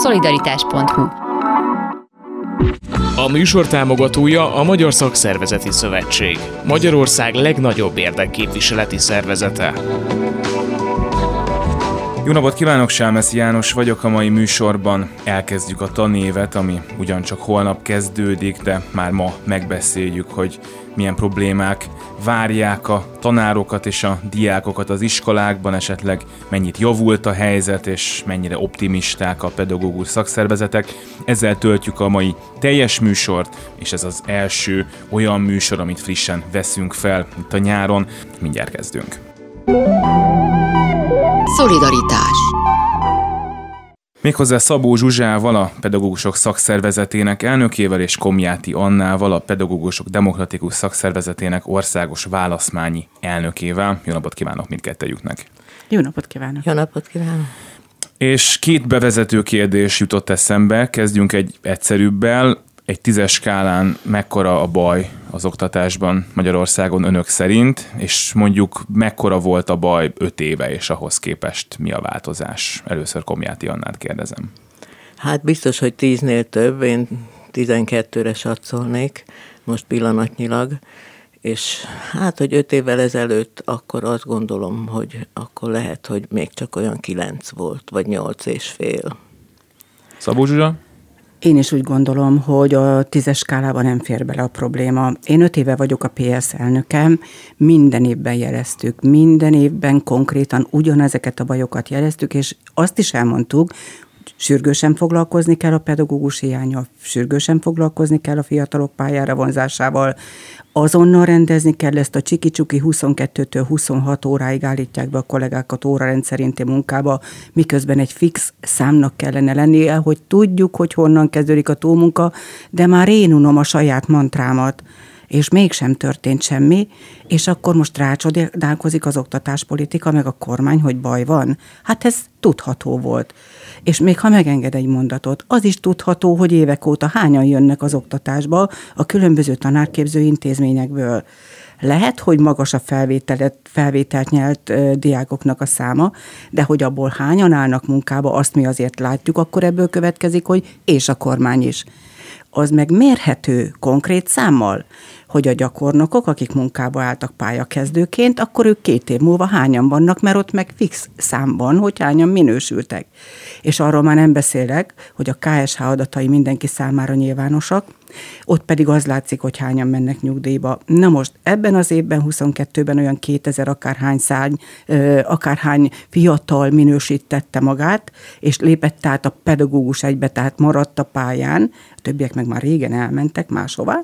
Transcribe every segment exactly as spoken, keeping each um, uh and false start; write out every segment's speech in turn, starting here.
szolidaritás pont hu. A műsor támogatója a Magyar Szakszervezeti Szövetség, Magyarország legnagyobb érdekképviseleti szervezete. Jó napot kívánok, Sámeszi János vagyok. A mai műsorban elkezdjük a tanévet, ami ugyancsak holnap kezdődik, de már ma megbeszéljük, hogy milyen problémák várják a tanárokat és a diákokat az iskolákban, esetleg mennyit javult a helyzet, és mennyire optimisták a pedagógus szakszervezetek. Ezzel töltjük a mai teljes műsort, és ez az első olyan műsor, amit frissen veszünk fel itt a nyáron. Mindjárt kezdünk. Szolidaritás. Méghozzá Szabó Zsuzsával, a Pedagógusok Szakszervezetének elnökével, és Komjáti Annával, a Pedagógusok Demokratikus Szakszervezetének országos válaszmányi elnökével. Jó napot kívánok mindkettejüknek! Jó napot kívánok! Jó napot kívánok! És két bevezető kérdés jutott eszembe. Kezdjünk egy egyszerűbbel. Egy tízes skálán mekkora a baj az oktatásban Magyarországon önök szerint, és mondjuk mekkora volt a baj öt éve, és ahhoz képest mi a változás? Először Komjáti Annát kérdezem. Hát biztos, hogy tíznél több, én tizenkettőre satszolnék most pillanatnyilag, és hát, hogy öt évvel ezelőtt akkor azt gondolom, hogy akkor lehet, hogy még csak olyan kilenc volt, vagy nyolc és fél. Szabó Zsuzsa? Én is úgy gondolom, hogy a tízes skálában nem fér bele a probléma. Én öt éve vagyok a pé es elnökem, minden évben jeleztük, minden évben konkrétan ugyanezeket a bajokat jeleztük, és azt is elmondtuk, sürgősen foglalkozni kell a pedagógus hiánnyal, sürgősen foglalkozni kell a fiatalok pályára vonzásával, azonnal rendezni kell ezt a csiki-csuki huszonkettőtől huszonhat óráig állítják be a kollégákat órarend szerinti munkába, miközben egy fix számnak kellene lennie, hogy tudjuk, hogy honnan kezdődik a túlmunka, de már én unom a saját mantrámat, és mégsem történt semmi, és akkor most rácsodálkozik az oktatáspolitika, meg a kormány, hogy baj van. Hát ez tudható volt. És még ha megenged egy mondatot, az is tudható, hogy évek óta hányan jönnek az oktatásba a különböző tanárképző intézményekből. Lehet, hogy magas a felvételet, felvételt nyelt ö, diákoknak a száma, de hogy abból hányan állnak munkába, azt mi azért látjuk, akkor ebből következik, hogy és a kormány is. Az meg mérhető konkrét számmal, hogy a gyakornokok, akik munkába álltak pályakezdőként, akkor ők két év múlva hányan vannak, mert ott meg fix számban, hogy hányan minősültek. És arról már nem beszélek, hogy a ká es há adatai mindenki számára nyilvánosak, ott pedig az látszik, hogy hányan mennek nyugdíjba. Na most ebben az évben, huszonkettőben olyan kétezer akárhány szárny, akárhány fiatal minősítette magát, és lépett át a pedagógus egybe, tehát maradt a pályán, a többiek meg már régen elmentek máshová,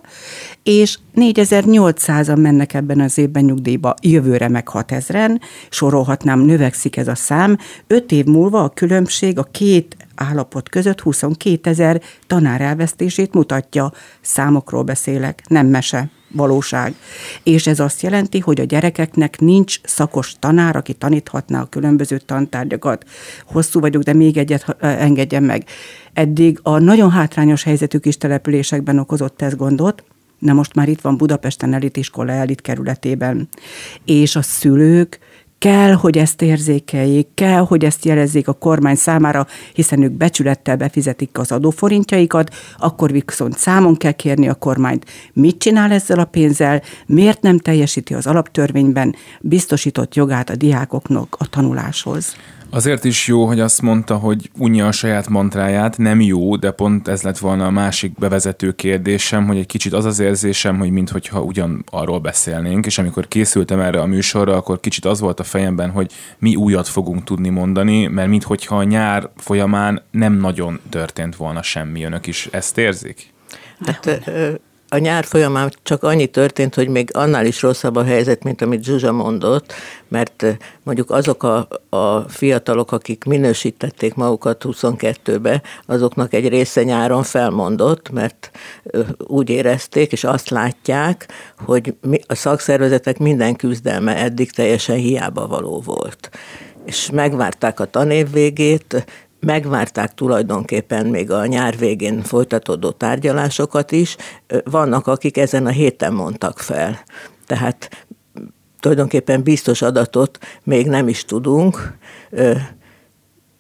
és négyezer-nyolcszázan mennek ebben az évben nyugdíjba, jövőre meg hatezren, sorolhatnám, növekszik ez a szám, öt év múlva a különbség a két állapot között huszonkétezer tanár elvesztését mutatja. Számokról beszélek, nem mese, valóság. És ez azt jelenti, hogy a gyerekeknek nincs szakos tanár, aki taníthatná a különböző tantárgyakat. Hosszú vagyok, de még egyet engedjen meg. Eddig a nagyon hátrányos helyzetű kis településekben okozott ez gondot, na most már itt van Budapesten elitiskola elit kerületében. És a szülők kell, hogy ezt érzékeljék, kell, hogy ezt jelezzék a kormány számára, hiszen ők becsülettel befizetik az adóforintjaikat, akkor viszont számon kell kérni a kormányt. Mit csinál ezzel a pénzzel, miért nem teljesíti az alaptörvényben biztosított jogát a diákoknak a tanuláshoz? Azért is jó, hogy azt mondta, hogy unja a saját mantráját, nem jó, de pont ez lett volna a másik bevezető kérdésem, hogy egy kicsit az az érzésem, hogy minthogyha ugyan arról beszélnénk, és amikor készültem erre a műsorra, akkor kicsit az volt a fejemben, hogy mi újat fogunk tudni mondani, mert minthogyha a nyár folyamán nem nagyon történt volna semmi. Önök is ezt érzik? Hát a nyár folyamán csak annyi történt, hogy még annál is rosszabb a helyzet, mint amit Zsuzsa mondott, mert mondjuk azok a, a fiatalok, akik minősítették magukat huszonkettőbe, azoknak egy része nyáron felmondott, mert úgy érezték, és azt látják, hogy a szakszervezetek minden küzdelme eddig teljesen hiába való volt. És megvárták a tanév végét, megvárták tulajdonképpen még a nyár végén folytatódó tárgyalásokat is. Vannak, akik ezen a héten mondtak fel. Tehát tulajdonképpen biztos adatot még nem is tudunk.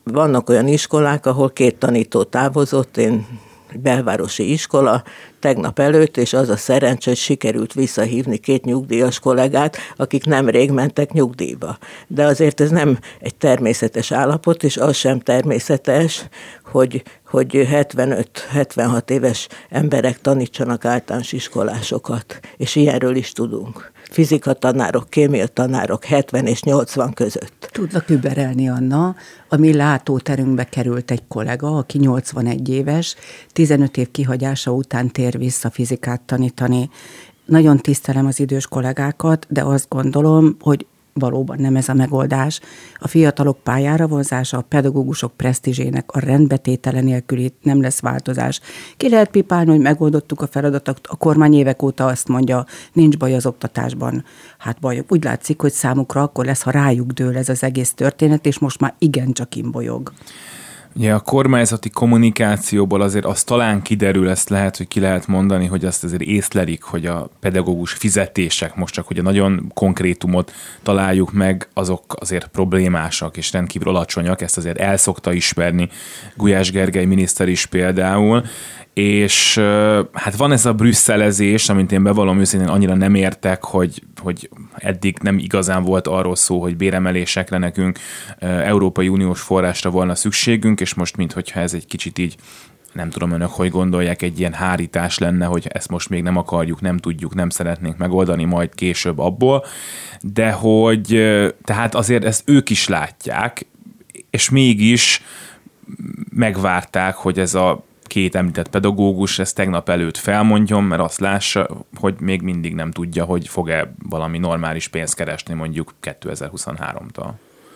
vannak olyan iskolák, ahol két tanító távozott, én belvárosi iskola tegnap előtt, és az a szerencsé, hogy sikerült visszahívni két nyugdíjas kollégát, akik nemrég mentek nyugdíjba. De azért ez nem egy természetes állapot, és az sem természetes, hogy, hogy hetvenöt-hetvenhat éves emberek tanítsanak általános iskolásokat, és ilyenről is tudunk. Fizika tanárok, kémia tanárok hetven és nyolcvan között. Tudlak überelni, Anna, a mi látóterünkbe került egy kollega, aki nyolcvanegy éves, tizenöt év kihagyása után tér vissza fizikát tanítani. Nagyon tisztelem az idős kollégákat, de azt gondolom, hogy valóban nem ez a megoldás. A fiatalok pályára vonzása, a pedagógusok presztízsének a rendbetétele nélkül itt nem lesz változás. Ki lehet pipálni, hogy megoldottuk a feladatot, a kormány évek óta azt mondja, nincs baj az oktatásban. Hát baj, úgy látszik, hogy számukra akkor lesz, ha rájuk dől ez az egész történet, és most már igencsak imbolyog. Ugye a kormányzati kommunikációból azért az talán kiderül, ezt lehet, hogy ki lehet mondani, hogy azt azért észlelik, hogy a pedagógus fizetések, most csak hogy a nagyon konkrétumot találjuk meg, azok azért problémásak és rendkívül alacsonyak, ezt azért el szokta ismerni Gulyás Gergely miniszter is például, és hát van ez a brüsszelezés, amint én bevallom őszintén annyira nem értek, hogy, hogy eddig nem igazán volt arról szó, hogy béremelésekre nekünk Európai Uniós forrásra volna szükségünk, és most minthogyha ez egy kicsit így, nem tudom önök, hogy gondolják, egy ilyen hárítás lenne, hogy ezt most még nem akarjuk, nem tudjuk, nem szeretnénk megoldani, majd később abból, de hogy tehát azért ezt ők is látják, és mégis megvárták, hogy ez a két említett pedagógus ezt tegnap előtt felmondjon, mert azt lássa, hogy még mindig nem tudja, hogy fog-e valami normális pénzt keresni mondjuk kétezer-huszonháromtól.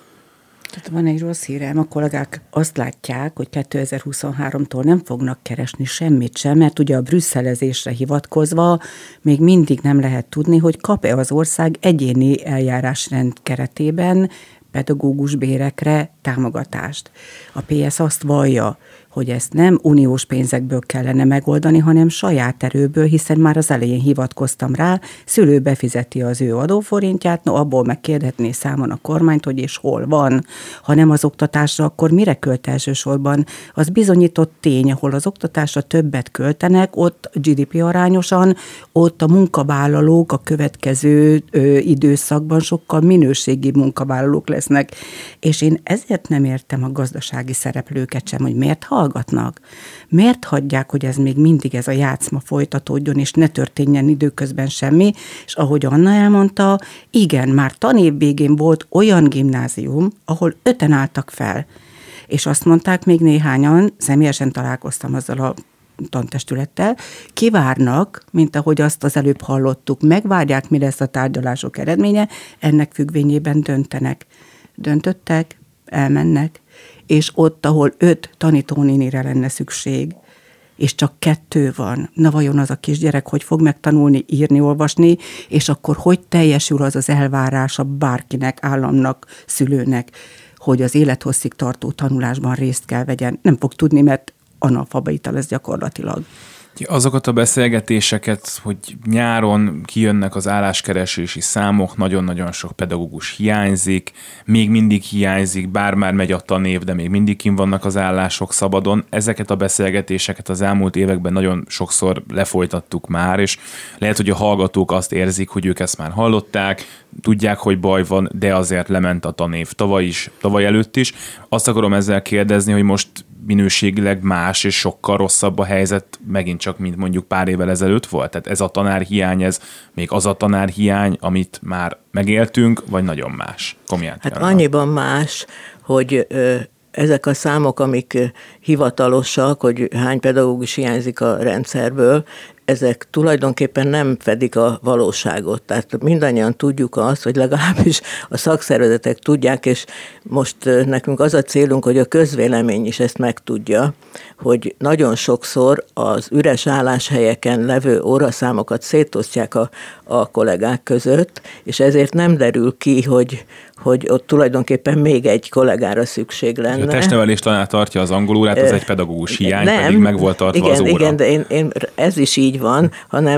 Tehát van egy rossz hírem, a kollégák azt látják, hogy kétezer-huszonháromtól nem fognak keresni semmit sem, mert ugye a brüsszelezésre hivatkozva még mindig nem lehet tudni, hogy kap-e az ország egyéni eljárásrend keretében pedagógus bérekre támogatást. A pé es azt vallja, hogy ezt nem uniós pénzekből kellene megoldani, hanem saját erőből, hiszen már az elején hivatkoztam rá, szülő befizeti az ő adóforintját, no abból megkérdhetné számon a kormányt, hogy és hol van. Ha nem az oktatásra, akkor mire költ elsősorban? Az bizonyított tény, ahol az oktatásra többet költenek, ott gé dé pé arányosan, ott a munkavállalók a következő ö, időszakban sokkal minőségi munkavállalók lesznek. És én ezért nem értem a gazdasági szereplőket sem, hogy miért hallgatnak. Miért hagyják, hogy ez még mindig ez a játszma folytatódjon, és ne történjen időközben semmi, és ahogy Anna elmondta, igen, már tanév végén volt olyan gimnázium, ahol öten álltak fel, és azt mondták még néhányan, személyesen találkoztam azzal a tantestülettel, kivárnak, mint ahogy azt az előbb hallottuk, megvárják, mi lesz a tárgyalások eredménye, ennek függvényében döntenek. Döntöttek, elmennek, és ott, ahol öt tanítónénire lenne szükség, és csak kettő van, na vajon az a kisgyerek hogy fog megtanulni írni, olvasni, és akkor hogy teljesül az az elvárása bárkinek, államnak, szülőnek, hogy az élethosszig tartó tanulásban részt kell vegyen. Nem fog tudni, mert analfabeta lesz gyakorlatilag. Azokat a beszélgetéseket, hogy nyáron kijönnek az álláskeresési számok, nagyon-nagyon sok pedagógus hiányzik, még mindig hiányzik, bár már megy a tanév, de még mindig kint vannak az állások szabadon. Ezeket a beszélgetéseket az elmúlt években nagyon sokszor lefolytattuk már, és lehet, hogy a hallgatók azt érzik, hogy ők ezt már hallották, tudják, hogy baj van, de azért lement a tanév tavaly is, tavaly előtt is. Azt akarom ezzel kérdezni, hogy most minőségileg más és sokkal rosszabb a helyzet megint csak, mint mondjuk pár évvel ezelőtt volt? Tehát ez a tanárhiány, ez még az a tanárhiány, amit már megéltünk, vagy nagyon más? Komját hát annyiban más, hogy ö, ezek a számok, amik hivatalosak, hogy hány pedagógus hiányzik a rendszerből, ezek tulajdonképpen nem fedik a valóságot. Tehát mindannyian tudjuk azt, hogy legalábbis a szakszervezetek tudják, és most nekünk az a célunk, hogy a közvélemény is ezt megtudja, hogy nagyon sokszor az üres álláshelyeken levő óraszámokat szétosztják a, a kollégák között, és ezért nem derül ki, hogy, hogy ott tulajdonképpen még egy kollégára szükség lenne. A testnevelés tanár tartja az angol órát, az egy pedagógus hiány, nem, pedig meg volt tartva igen, az óra. Igen, de én, én, ez is így van, hanem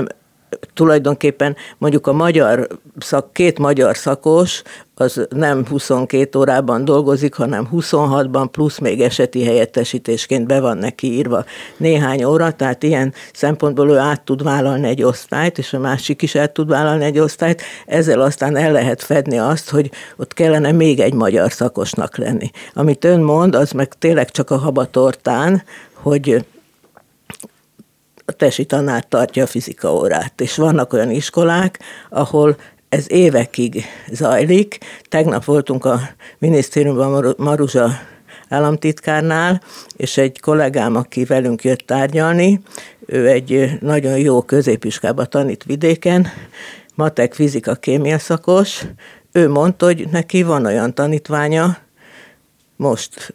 tulajdonképpen mondjuk a magyar szak, két magyar szakos, az nem huszonkét órában dolgozik, hanem huszonhatban, plusz még eseti helyettesítésként be van neki írva néhány óra, tehát ilyen szempontból ő át tud vállalni egy osztályt, és a másik is át tud vállalni egy osztályt, ezzel aztán el lehet fedni azt, hogy ott kellene még egy magyar szakosnak lenni. Amit ön mond, az meg tényleg csak a habatortán, hogy a tesi tanár tartja a fizika órát, és vannak olyan iskolák, ahol ez évekig zajlik. Tegnap voltunk a minisztériumban Maruzsa államtitkárnál, és egy kollégám, aki velünk jött tárgyalni, ő egy nagyon jó középiskolába tanít vidéken, matek, fizika, kémia szakos, ő mondta, hogy neki van olyan tanítványa, most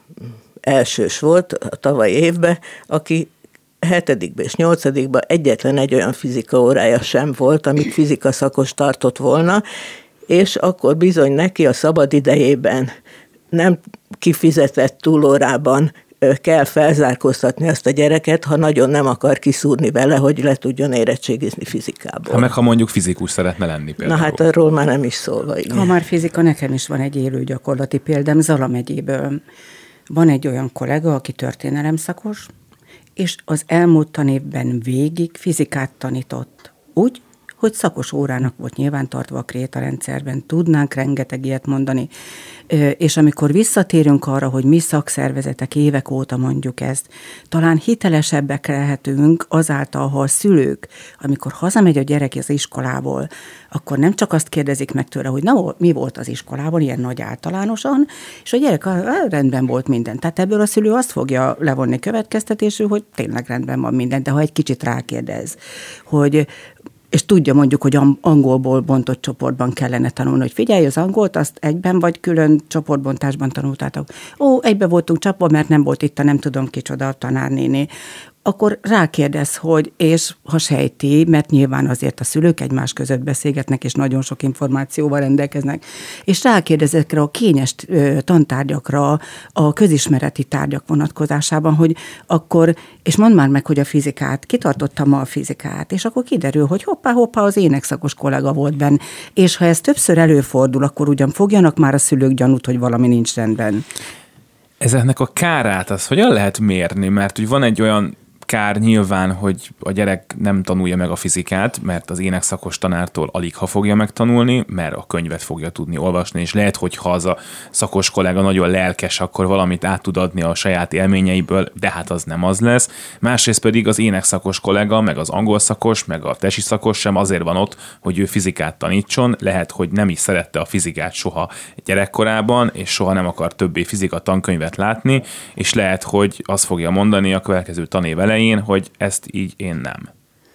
elsős volt a tavalyi évben, aki hetedikben és nyolcadikban egyetlen egy olyan fizika órája sem volt, amit fizika szakos tartott volna, és akkor bizony neki a szabad idejében nem kifizetett túlórában kell felzárkóztatni azt a gyereket, ha nagyon nem akar kiszúrni vele, hogy le tudjon érettségizni fizikából. Ha meg ha mondjuk fizikus szeretne lenni például. Na hát arról már nem is szólva. Igen. Ha már fizika, nekem is van egy élő gyakorlati példám Zala megyéből. Van egy olyan kollega, aki történelemszakos, és az elmúlt tanévben végig fizikát tanított. Úgy, hogy szakos órának volt nyilvántartva a krétarendszerben, tudnánk rengeteg ilyet mondani. És amikor visszatérünk arra, hogy mi szakszervezetek évek óta mondjuk ezt, talán hitelesebbek lehetünk azáltal, ha a szülők, amikor hazamegy a gyerek az iskolából, akkor nem csak azt kérdezik meg tőle, hogy na, mi volt az iskolában, ilyen nagy általánosan, és a gyerek rendben volt minden. Tehát ebből a szülő azt fogja levonni következtetésül, hogy tényleg rendben van minden, de ha egy kicsit rákérdez, hogy és tudja mondjuk, hogy angolból bontott csoportban kellene tanulni, hogy figyelj, az angolt, azt egyben vagy külön csoportbontásban tanultátok. Ó, egyben voltunk csapva, mert nem volt itt a nem tudom kicsoda a tanárnéni. Akkor rákérdez, hogy, és ha sejti, mert nyilván azért a szülők egymás között beszélgetnek, és nagyon sok információval rendelkeznek, és rákérdez ezekre a kényes tantárgyakra, a közismereti tárgyak vonatkozásában, hogy akkor, és mondd már meg, hogy a fizikát, kitartottam ma a fizikát, és akkor kiderül, hogy hoppá-hoppá az énekszakos kollega volt benne, és ha ez többször előfordul, akkor ugyan fogjanak már a szülők gyanút, hogy valami nincs rendben. Ezeknek a kárát, az hogyan lehet mérni? Mert úgy van egy olyan kár nyilván, hogy a gyerek nem tanulja meg a fizikát, mert az énekszakos tanártól alig ha fogja megtanulni, mert a könyvet fogja tudni olvasni, és lehet, hogy ha az a szakos kollega nagyon lelkes, akkor valamit át tud adni a saját élményeiből, de hát az nem az lesz. Másrészt pedig az énekszakos kollega, meg az angol szakos, meg a tesi szakos sem azért van ott, hogy ő fizikát tanítson, lehet, hogy nem is szerette a fizikát soha gyerekkorában, és soha nem akar többé fizika tankönyvet látni, és lehet, hogy azt fogja mondani a következő tanév elején, hogy ezt így én nem.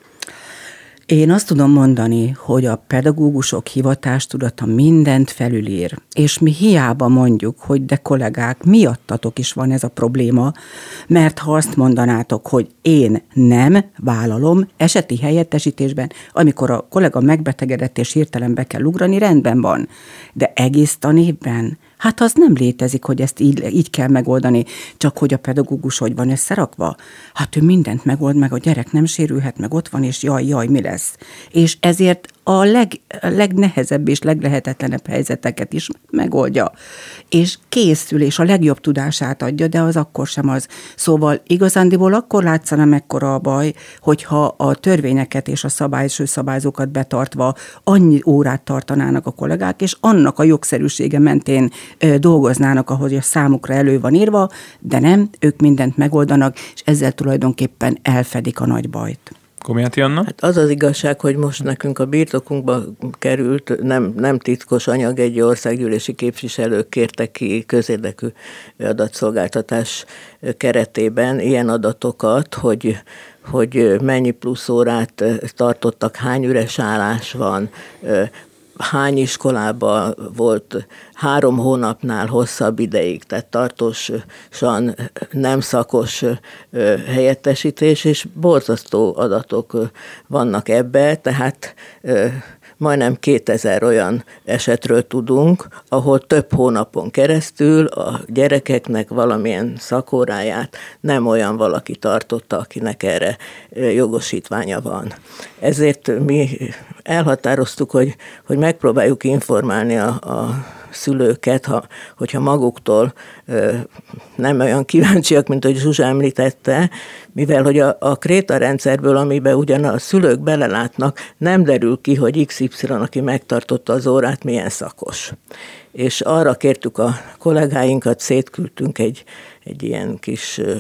Én azt tudom mondani, hogy a pedagógusok hivatástudata mindent felülír, és mi hiába mondjuk, hogy de kollégák, miattatok is van ez a probléma, mert ha azt mondanátok, hogy én nem vállalom eseti helyettesítésben, amikor a kollega megbetegedett és hirtelen be kell ugrani, rendben van, de egész tanévben, hát az nem létezik, hogy ezt így, így kell megoldani, csak hogy a pedagógus hogy van összerakva. Hát ő mindent megold, meg a gyerek nem sérülhet, meg ott van, és jaj, jaj, mi lesz. És ezért a, leg, a legnehezebb és leglehetetlenebb helyzeteket is megoldja. És készül, és a legjobb tudását adja, de az akkor sem az. Szóval igazándiból akkor látszana mekkora a baj, hogyha a törvényeket és a szabályső szabályzókat betartva annyi órát tartanának a kollégák, és annak a jogszerűsége mentén ö, dolgoznának, ahogy a számukra elő van írva, de nem, ők mindent megoldanak, és ezzel tulajdonképpen elfedik a nagy bajt. Komiáti Anna? Hát az az igazság, hogy most nekünk a birtokunkba került, nem, nem titkos anyag, egy országgyűlési képviselők kértek ki közérdekű adatszolgáltatás keretében ilyen adatokat, hogy, hogy mennyi plusz órát tartottak, hány üres állás van, hány iskolában volt három hónapnál hosszabb ideig, tehát tartósan nem szakos helyettesítés, és borzasztó adatok vannak ebbe, tehát majdnem kétezer olyan esetről tudunk, ahol több hónapon keresztül a gyerekeknek valamilyen szakóráját nem olyan valaki tartotta, akinek erre jogosítványa van. Ezért mi elhatároztuk, hogy, hogy megpróbáljuk informálni a, a szülőket, ha, hogyha maguktól ö, nem olyan kíváncsiak, mint hogy Zsuzsa említette, mivel hogy a, a kréta rendszerből, amiben ugyan a szülők belelátnak, nem derül ki, hogy iksz ipszilon, aki megtartotta az órát, milyen szakos. És arra kértük a kollégáinkat, szétküldtünk egy, egy ilyen kis ö,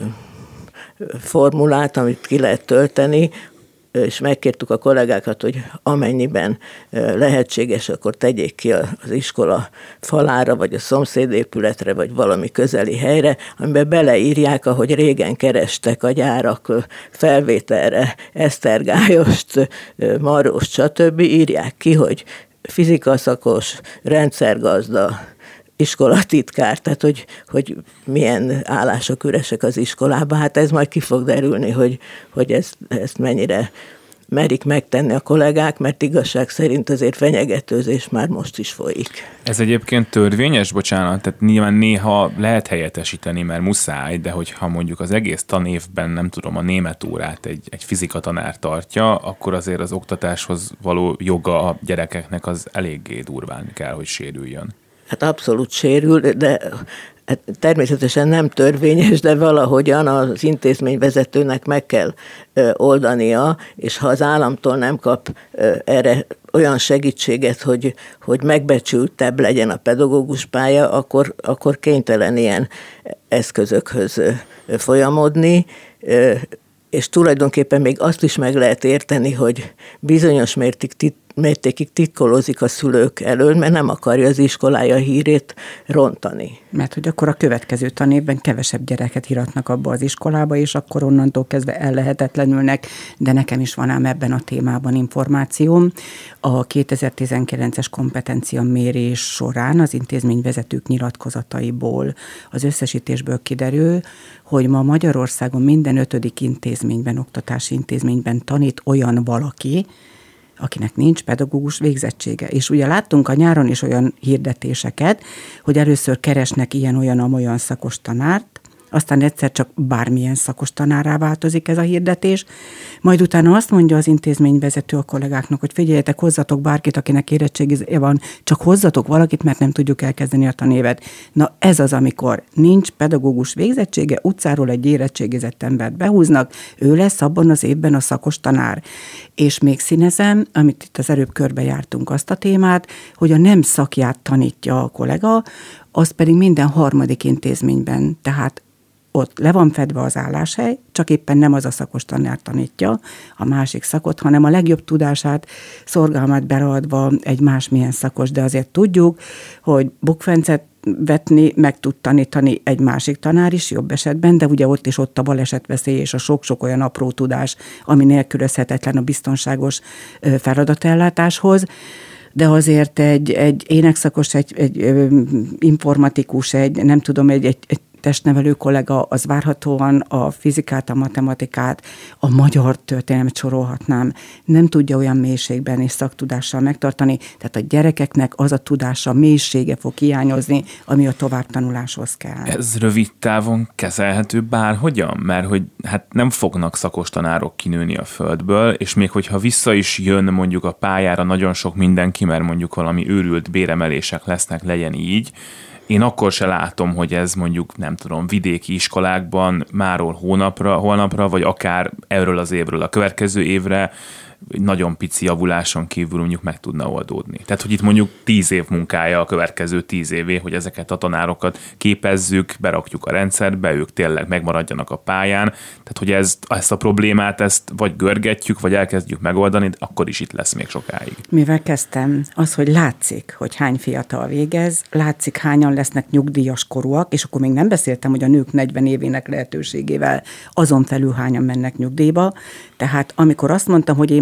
formulát, amit ki lehet tölteni, és megkértük a kollégákat, hogy amennyiben lehetséges, akkor tegyék ki az iskola falára, vagy a szomszédépületre, vagy valami közeli helyre, amiben beleírják, ahogy régen kerestek a gyárak felvételre esztergályost, Maróst, stb. Írják ki, hogy fizikaszakos, rendszergazda, iskolatitkár, tehát hogy, hogy milyen állások üresek az iskolában. Hát ez majd ki fog derülni, hogy, hogy ezt, ezt mennyire merik megtenni a kollégák, mert igazság szerint azért fenyegetőzés már most is folyik. Ez egyébként törvényes, bocsánat, tehát nyilván néha lehet helyettesíteni, mert muszáj, de hogyha mondjuk az egész tanévben, nem tudom, a német órát egy, egy fizikatanár tartja, akkor azért az oktatáshoz való joga a gyerekeknek az eléggé durván kell, hogy sérüljön. Hát abszolút sérül, de hát természetesen nem törvényes, de valahogyan az intézményvezetőnek meg kell oldania, és ha az államtól nem kap erre olyan segítséget, hogy, hogy megbecsültebb legyen a pedagógus pálya, akkor, akkor kénytelen ilyen eszközökhöz folyamodni, és tulajdonképpen még azt is meg lehet érteni, hogy bizonyos mértékig mértékig titkolozik a szülők elől, mert nem akarja az iskolája hírét rontani. Mert hogy akkor a következő tanévben kevesebb gyereket íratnak abba az iskolába, és akkor onnantól kezdve ellehetetlenülnek, de nekem is van ám ebben a témában információm. A kétezer-tizenkilences kompetencia mérés során az intézményvezetők nyilatkozataiból, az összesítésből kiderül, hogy ma Magyarországon minden ötödik intézményben, oktatási intézményben tanít olyan valaki, akinek nincs pedagógus végzettsége. És ugye láttunk a nyáron is olyan hirdetéseket, hogy először keresnek ilyen-olyan-amolyan szakos tanárt, aztán egyszer csak bármilyen szakos tanárrá változik ez a hirdetés, majd utána azt mondja az intézményvezető a kollégáknak, hogy figyeljetek, hozzatok bárkit, akinek érettségi van, csak hozzatok valakit, mert nem tudjuk elkezdeni a tanévet. Na ez az, amikor nincs pedagógus végzettsége, utcáról egy érettségizett embert behúznak, ő lesz abban az évben a szakos tanár. És még színezem, amit itt az előbb körbejártunk azt a témát, hogy a nem szakját tanítja a kollega, az pedig minden harmadik intézményben, tehát ott le van fedve az álláshely, csak éppen nem az a szakos tanár tanítja a másik szakot, hanem a legjobb tudását, szorgalmát beleadva egy másmilyen szakos, de azért tudjuk, hogy bukfencet vetni, meg tud tanítani egy másik tanár is jobb esetben, de ugye ott is ott a balesetveszély és a sok-sok olyan apró tudás, ami nélkülözhetetlen a biztonságos feladatellátáshoz. De azért egy, egy énekszakos, egy, egy informatikus, egy nem tudom, egy, egy, egy testnevelő kollega, az várhatóan a fizikát, a matematikát, a magyar történelmet sorolhatnám, nem tudja olyan mélységben és szaktudással megtartani, tehát a gyerekeknek az a tudása, mélysége fog hiányozni, ami a továbbtanuláshoz kell. Ez rövid távon kezelhető bárhogyan? Mert hogy hát nem fognak szakos tanárok kinőni a földből, és még hogyha vissza is jön mondjuk a pályára nagyon sok mindenki, mert mondjuk valami őrült béremelések lesznek, legyen így, én akkor se látom, hogy ez mondjuk, nem tudom, vidéki iskolákban máról hónapra, holnapra, vagy akár erről az évről a következő évre nagyon pici javuláson kívül mondjuk meg tudna oldódni. Tehát, hogy itt mondjuk tíz év munkája a következő tíz évé, hogy ezeket a tanárokat képezzük, berakjuk a rendszerbe, ők tényleg megmaradjanak a pályán. Tehát, hogy ezt, ezt a problémát, ezt vagy görgetjük, vagy elkezdjük megoldani, de akkor is itt lesz még sokáig. Mivel kezdtem, az, hogy látszik, hogy hány fiatal végez, látszik, hányan lesznek nyugdíjas korúak, és akkor még nem beszéltem, hogy a nők negyven évének lehetőségével azon felül hányan mennek nyugdíjba. Tehát amikor azt mondtam, hogy én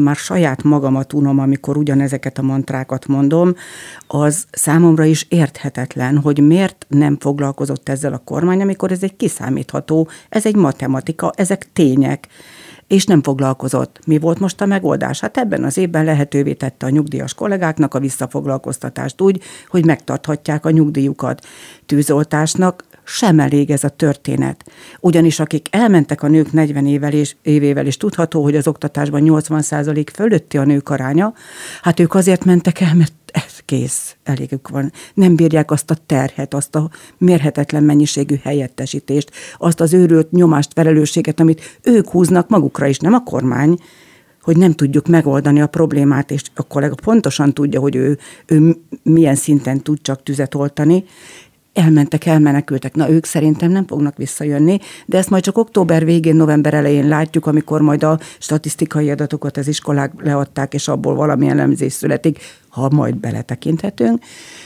már saját magamat unom, amikor ugyanezeket a mantrákat mondom, az számomra is érthetetlen, hogy miért nem foglalkozott ezzel a kormány, amikor ez egy kiszámítható, ez egy matematika, ezek tények, és nem foglalkozott. Mi volt most a megoldás? Hát ebben az évben lehetővé tette a nyugdíjas kollégáknak a visszafoglalkoztatást úgy, hogy megtarthatják a nyugdíjukat. Tűzoltásnak sem elég ez a történet. Ugyanis akik elmentek a nők negyven évvel és, évével, és tudható, hogy az oktatásban nyolcvan százalék fölötti a nők aránya, hát ők azért mentek el, mert ez kész, elégük van. Nem bírják azt a terhet, azt a mérhetetlen mennyiségű helyettesítést, azt az őrült nyomást, felelősséget, amit ők húznak magukra is, nem a kormány, hogy nem tudjuk megoldani a problémát, és a kollega pontosan tudja, hogy ő, ő milyen szinten tud csak tüzet oltani. Elmentek, elmenekültek. Na, ők szerintem nem fognak visszajönni, de ezt majd csak október végén, november elején látjuk, amikor majd a statisztikai adatokat az iskolák leadták, és abból valami elemzés születik, ha majd beletekinthetünk.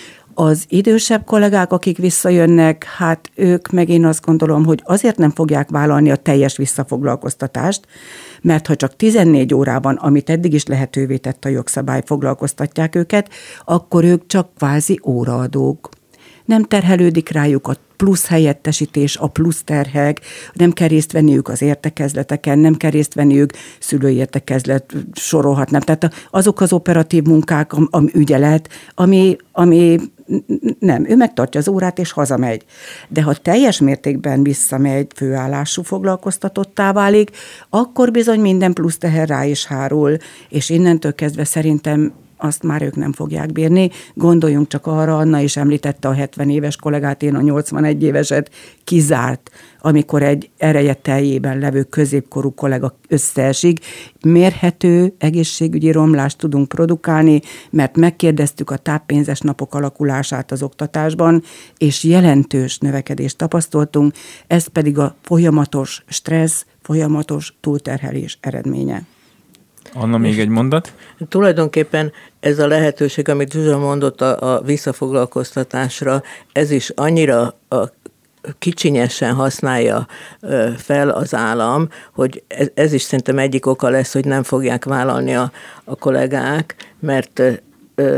Az idősebb kollégák, akik visszajönnek, hát ők meg én azt gondolom, hogy azért nem fogják vállalni a teljes visszafoglalkoztatást, mert ha csak tizennégy órában, amit eddig is lehetővé tett a jogszabály, foglalkoztatják őket, akkor ők csak kvázi óraadók. Nem terhelődik rájuk a plusz helyettesítés, a plusz terhek, nem kell részt venniük az értekezleteken, nem kell részt venniük szülői értekezlet, sorolhatnám. Tehát azok az operatív munkák, ami ügyelet, ami, ami nem, ő megtartja az órát és hazamegy. De ha teljes mértékben visszamegy, főállású foglalkoztatottá válik, akkor bizony minden plusz teher rá is hárul, és innentől kezdve szerintem azt már ők nem fogják bírni. Gondoljunk csak arra, Anna is említette a hetven éves kollégát, én a nyolcvanegy éveset kizárt, amikor egy ereje teljében levő középkorú kollega összeesik. Mérhető egészségügyi romlást tudunk produkálni, mert megkérdeztük a táppénzes napok alakulását az oktatásban, és jelentős növekedést tapasztaltunk, ez pedig a folyamatos stressz, folyamatos túlterhelés eredménye. Anna, még egy mondat? Tulajdonképpen ez a lehetőség, amit Zsuzsa mondott a, a visszafoglalkoztatásra, ez is annyira a kicsinyesen használja fel az állam, hogy ez, ez is szerintem egyik oka lesz, hogy nem fogják vállalni a, a kollégák, mert ö,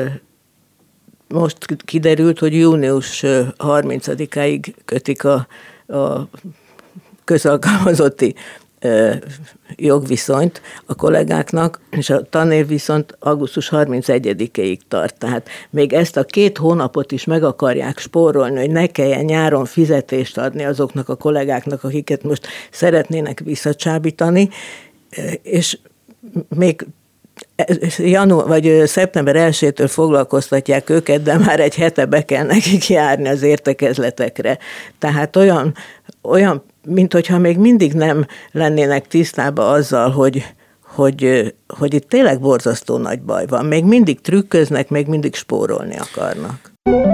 most kiderült, hogy június harmincadikáig kötik a, a közalkalmazotti jogviszonyt a kollégáknak, és a tanév viszont augusztus harmincegyedikéig tart. Tehát még ezt a két hónapot is meg akarják spórolni, hogy ne kelljen nyáron fizetést adni azoknak a kollégáknak, akiket most szeretnének visszacsábítani, és még január, vagy szeptember elsejétől foglalkoztatják őket, de már egy hete be kell nekik járni az értekezletekre. Tehát olyan, olyan mint hogyha még mindig nem lennének tisztában azzal, hogy, hogy, hogy itt tényleg borzasztó nagy baj van. Még mindig trükköznek, még mindig spórolni akarnak.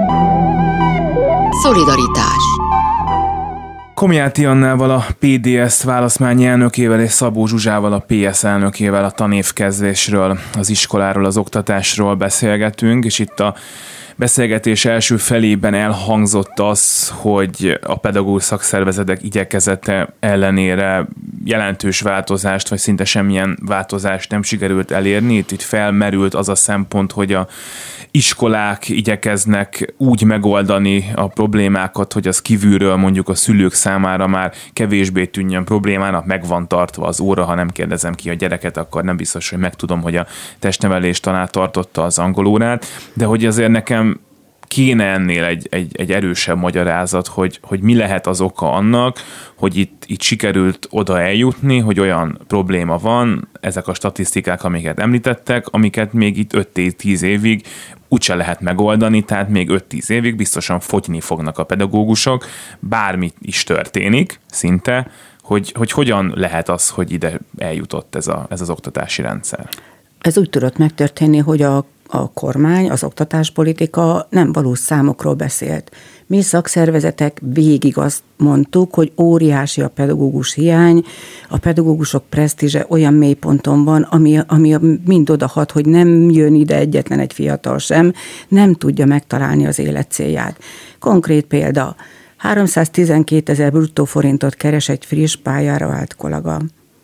Szolidaritás. Komjáti Annával, a pé dé es választmányi elnökével és Szabó Zsuzsával, a pé es elnökével a tanévkezdésről, az iskoláról, az oktatásról beszélgetünk, és itt a beszélgetés első felében elhangzott az, hogy a pedagógus szakszervezetek igyekezete ellenére jelentős változást, vagy szinte semmilyen változást nem sikerült elérni. Itt, itt felmerült az a szempont, hogy a iskolák igyekeznek úgy megoldani a problémákat, hogy az kívülről mondjuk a szülők számára már kevésbé tűnjön problémának, meg van tartva az óra, ha nem kérdezem ki a gyereket, akkor nem biztos, hogy megtudom, hogy a testnevelés tanár tartotta az angol órát, de hogy azért nekem kéne ennél egy, egy, egy erősebb magyarázat, hogy, hogy mi lehet az oka annak, hogy itt, itt sikerült oda eljutni, hogy olyan probléma van, ezek a statisztikák, amiket említettek, amiket még itt öt-tíz évig úgyse lehet megoldani, tehát még öt-tíz évig biztosan fogyni fognak a pedagógusok, bármi is történik szinte, hogy, hogy hogyan lehet az, hogy ide eljutott ez, a, ez az oktatási rendszer. Ez úgy tudott megtörténni, hogy a a kormány, az oktatáspolitika nem valós számokról beszélt. Mi szakszervezetek végig azt mondtuk, hogy óriási a pedagógus hiány, a pedagógusok presztízse olyan mélyponton van, ami, ami mind odahat, hogy nem jön ide egyetlen egy fiatal sem, nem tudja megtalálni az élet célját. Konkrét példa, háromszáztizenkét ezer bruttó forintot keres egy friss pályára állt kollega.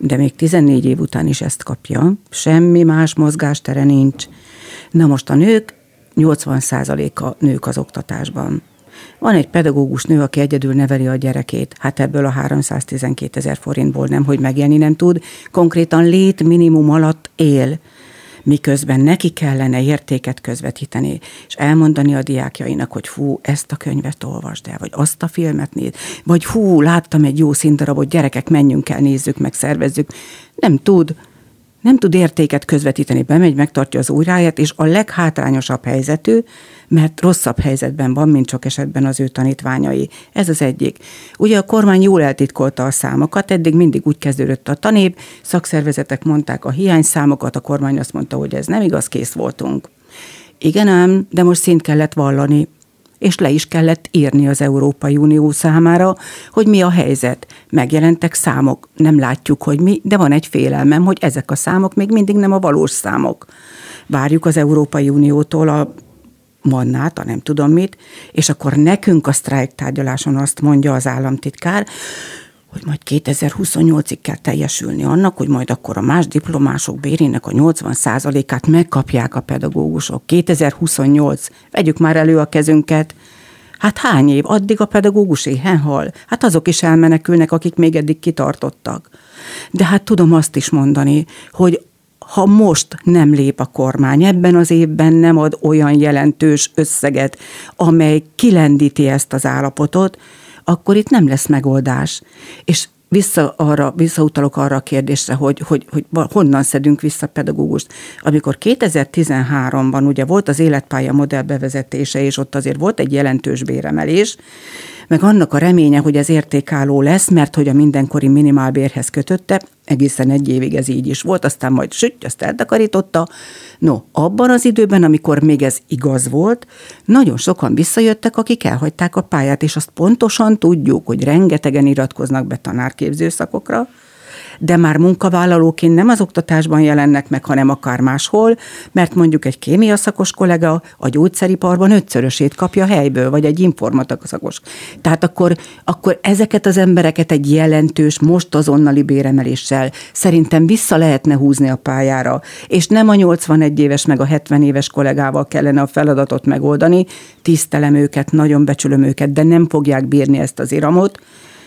de még tizennégy év után is ezt kapja, semmi más mozgástere nincs. Na most a nők, nyolcvan százaléka nők az oktatásban. Van egy pedagógus nő, aki egyedül neveli a gyerekét, hát ebből a háromszáztizenkétezer forintból nem, hogy megélni nem tud, konkrétan létminimum alatt él, miközben neki kellene értéket közvetíteni, és elmondani a diákjainak, hogy fú, ezt a könyvet olvasd el, vagy azt a filmet nézd, vagy hú, láttam egy jó színdarabot, gyerekek, menjünk el, nézzük meg, szervezzük. Nem tud, nem tud értéket közvetíteni, bemegy, megtartja az óráját, és a leghátrányosabb helyzetű, mert rosszabb helyzetben van, mint sok esetben az ő tanítványai. Ez az egyik. Ugye a kormány jól eltitkolta a számokat, eddig mindig úgy kezdődött a tanév, szakszervezetek mondták a hiányszámokat, a kormány azt mondta, hogy ez nem igaz, kész voltunk. Igen ám, de most szint kellett vallani, és le is kellett írni az Európai Unió számára, hogy mi a helyzet. Megjelentek számok, nem látjuk, hogy mi, de van egy félelmem, hogy ezek a számok még mindig nem a valós számok. Várjuk az Európai Uniótól a mannát, a nem tudom mit, és akkor nekünk a sztrájktárgyaláson azt mondja az államtitkár, hogy majd kétezer-huszonnyolcig kell teljesülni annak, hogy majd akkor a más diplomások bérének a nyolcvan százalékát megkapják a pedagógusok. kétezer-huszonnyolc, vegyük már elő a kezünket. Hát hány év? Addig a pedagógus éhen hal? Hát azok is elmenekülnek, akik még eddig kitartottak. De hát tudom azt is mondani, hogy ha most nem lép a kormány, ebben az évben nem ad olyan jelentős összeget, amely kilendíti ezt az állapotot, akkor itt nem lesz megoldás. És vissza arra, visszautalok arra a kérdésre, hogy, hogy, hogy honnan szedünk vissza pedagógust. Amikor kétezer-tizenháromban ugye volt az életpálya modell bevezetése, és ott azért volt egy jelentős béremelés, meg annak a reménye, hogy ez értékálló lesz, mert hogy a mindenkori minimálbérhez kötötte, egészen egy évig ez így is volt, aztán majd süt, azt eltakarította. No, abban az időben, amikor még ez igaz volt, nagyon sokan visszajöttek, akik elhagyták a pályát, és azt pontosan tudjuk, hogy rengetegen iratkoznak be tanárképző szakokra, de már munkavállalóként nem az oktatásban jelennek meg, hanem akár máshol, mert mondjuk egy kémia szakos kollega a gyógyszeriparban ötszörösét kapja helyből, vagy egy informatika szakos. Tehát akkor, akkor ezeket az embereket egy jelentős, most azonnali béremeléssel szerintem vissza lehetne húzni a pályára, és nem a nyolcvanegy éves meg a hetven éves kollégával kellene a feladatot megoldani, tisztelem őket, nagyon becsülöm őket, de nem fogják bírni ezt az iramot,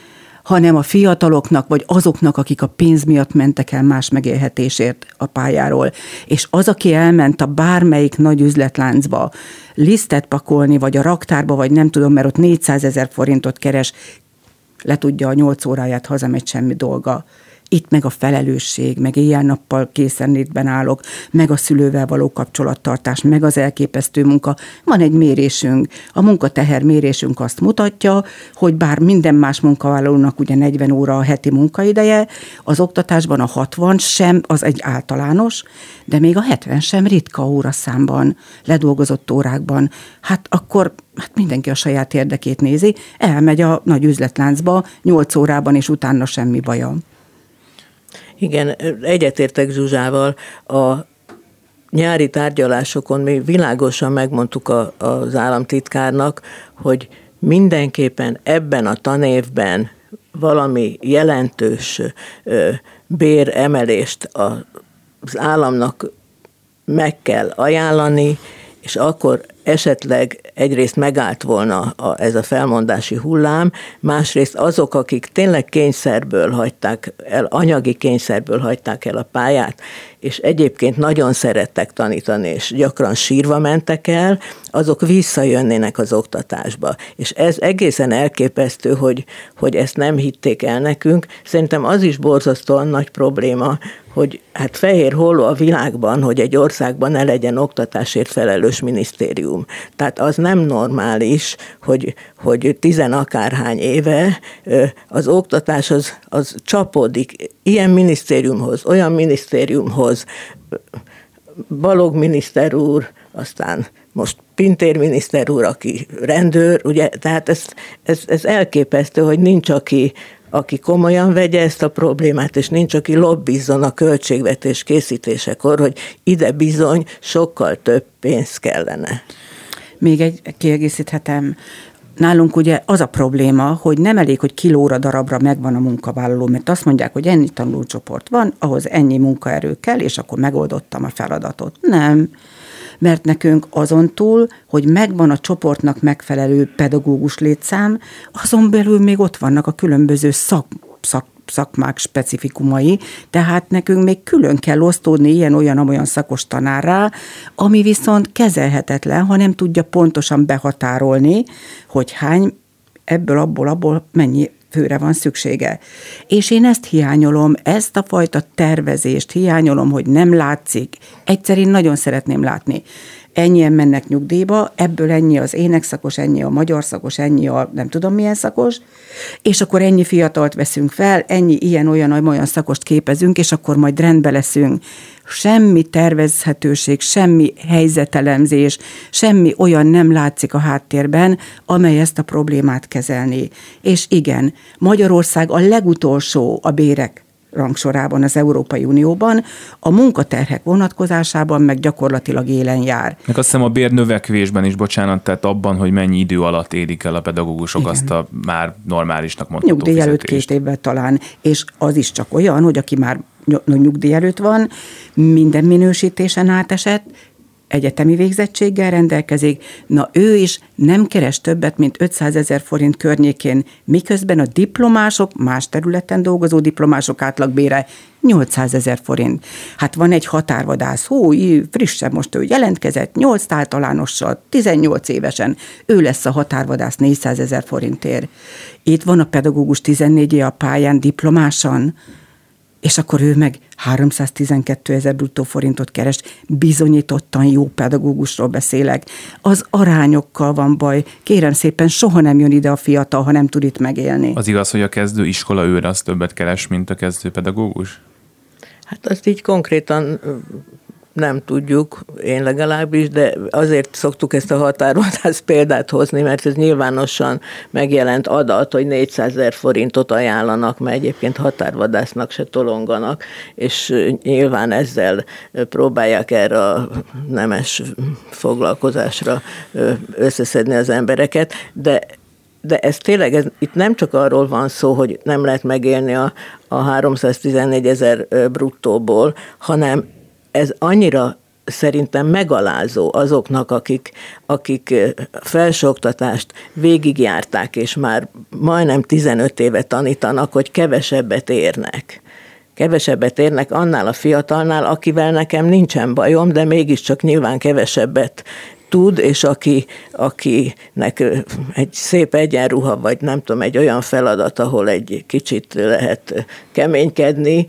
hanem a fiataloknak, vagy azoknak, akik a pénz miatt mentek el más megélhetésért a pályáról. És az, aki elment a bármelyik nagy üzletláncba lisztet pakolni, vagy a raktárba, vagy nem tudom, mert ott négyszázezer forintot keres, le tudja a nyolc óráját, hazamegy, semmi dolga. Itt meg a felelősség, meg éjjel-nappal készenlétben állok, meg a szülővel való kapcsolattartás, meg az elképesztő munka. Van egy mérésünk. A munkateher mérésünk azt mutatja, hogy bár minden más munkavállalónak ugye negyven óra a heti munkaideje, az oktatásban a hatvan sem, az egy általános, de még a hetven sem ritka óraszámban, ledolgozott órákban. Hát akkor hát mindenki a saját érdekét nézi, elmegy a nagy üzletláncba nyolc órában, és utána semmi baja. Igen, egyetértek Zsuzsával. A nyári tárgyalásokon mi világosan megmondtuk a, az államtitkárnak, hogy mindenképpen ebben a tanévben valami jelentős ö, béremelést az államnak meg kell ajánlani, és akkor esetleg egyrészt megállt volna a, ez a felmondási hullám, másrészt azok, akik tényleg kényszerből hagyták el, anyagi kényszerből hagyták el a pályát, és egyébként nagyon szerettek tanítani, és gyakran sírva mentek el, azok visszajönnének az oktatásba. És ez egészen elképesztő, hogy, hogy ezt nem hitték el nekünk. Szerintem az is borzasztóan nagy probléma, hogy hát fehér holló a világban, hogy egy országban ne legyen oktatásért felelős minisztérium. Tehát az nem normális, hogy, hogy tizenakárhány éve az oktatás az, az csapódik ilyen minisztériumhoz, olyan minisztériumhoz, Balogh miniszter úr, aztán most Pintér miniszter úr, aki rendőr, ugye, tehát ez, ez, ez elképesztő, hogy nincs, aki aki komolyan vegye ezt a problémát, és nincs, aki lobbizzon a költségvetés készítésekor, hogy ide bizony sokkal több pénz kellene. Még egy kiegészíthetem. nálunk ugye az a probléma, hogy nem elég, hogy kilóra darabra megvan a munkavállaló, mert azt mondják, hogy ennyi tanulócsoport van, ahhoz ennyi munkaerő kell, és akkor megoldottam a feladatot. Nem. Mert nekünk azon túl, hogy megvan a csoportnak megfelelő pedagógus létszám, azon belül még ott vannak a különböző szak, szak, szakmák specifikumai, tehát nekünk még külön kell osztódni ilyen-olyan-olyan szakos tanárrá, ami viszont kezelhetetlen, ha nem tudja pontosan behatárolni, hogy hány ebből, abból, abból mennyi főre van szüksége. És én ezt hiányolom, ezt a fajta tervezést hiányolom, hogy nem látszik. Egyszer én nagyon szeretném látni. Ennyien mennek nyugdíjba, ebből ennyi az énekszakos, ennyi a magyar szakos, ennyi a nem tudom milyen szakos, és akkor ennyi fiatalt veszünk fel, ennyi ilyen-olyan olyan szakost képezünk, és akkor majd rendbe leszünk. Semmi tervezhetőség, semmi helyzetelemzés, semmi olyan nem látszik a háttérben, amely ezt a problémát kezelni. És igen, Magyarország a legutolsó a bérek rangsorában az Európai Unióban, a munkaterhek vonatkozásában meg gyakorlatilag élen jár. Meg azt hiszem a bérnövekvésben is, bocsánat, tehát abban, hogy mennyi idő alatt érik el a pedagógusok igen. azt a már normálisnak mondható nyugdíj előtt fizetést. két évvel talán, és az is csak olyan, hogy aki már nyugdíj előtt van, minden minősítésen átesett, egyetemi végzettséggel rendelkezik, na ő is nem keres többet, mint ötszázezer forint környékén, miközben a diplomások, más területen dolgozó diplomások átlagbére nyolcszázezer forint. Hát van egy határvadász, hú, frissen most ő jelentkezett, nyolc általánossal, tizennyolc évesen, ő lesz a határvadász négyszázezer forintért. Itt van a pedagógus tizennégy éve a pályán diplomásan, és akkor ő meg háromszáztizenkettőezer bruttó forintot keres. Bizonyítottan jó pedagógusról beszélek. Az arányokkal van baj. Kérem szépen, soha nem jön ide a fiatal, ha nem tud itt megélni. Az igaz, hogy a kezdő iskola őr az többet keres, mint a kezdő pedagógus? Hát azt így konkrétan nem tudjuk, én legalábbis, de azért szoktuk ezt a határvadász példát hozni, mert ez nyilvánosan megjelent adat, hogy négyszázezer forintot ajánlanak, mert egyébként határvadásznak se tolonganak, és nyilván ezzel próbálják erre a nemes foglalkozásra összeszedni az embereket, de De ez tényleg, ez, itt nem csak arról van szó, hogy nem lehet megélni a, a háromszáztizennégyezer bruttóból, hanem ez annyira szerintem megalázó azoknak, akik, akik felsőoktatást végigjárták, és már majdnem tizenöt éve tanítanak, hogy kevesebbet érnek. Kevesebbet érnek annál a fiatalnál, akivel nekem nincsen bajom, de mégiscsak nyilván kevesebbet tud, és aki, akinek egy szép egyenruha, vagy nem tudom, egy olyan feladat, ahol egy kicsit lehet keménykedni,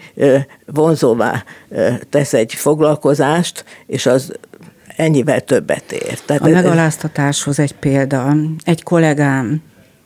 vonzóvá tesz egy foglalkozást, és az ennyivel többet ér. Tehát a megaláztatáshoz egy példa. Egy kollégám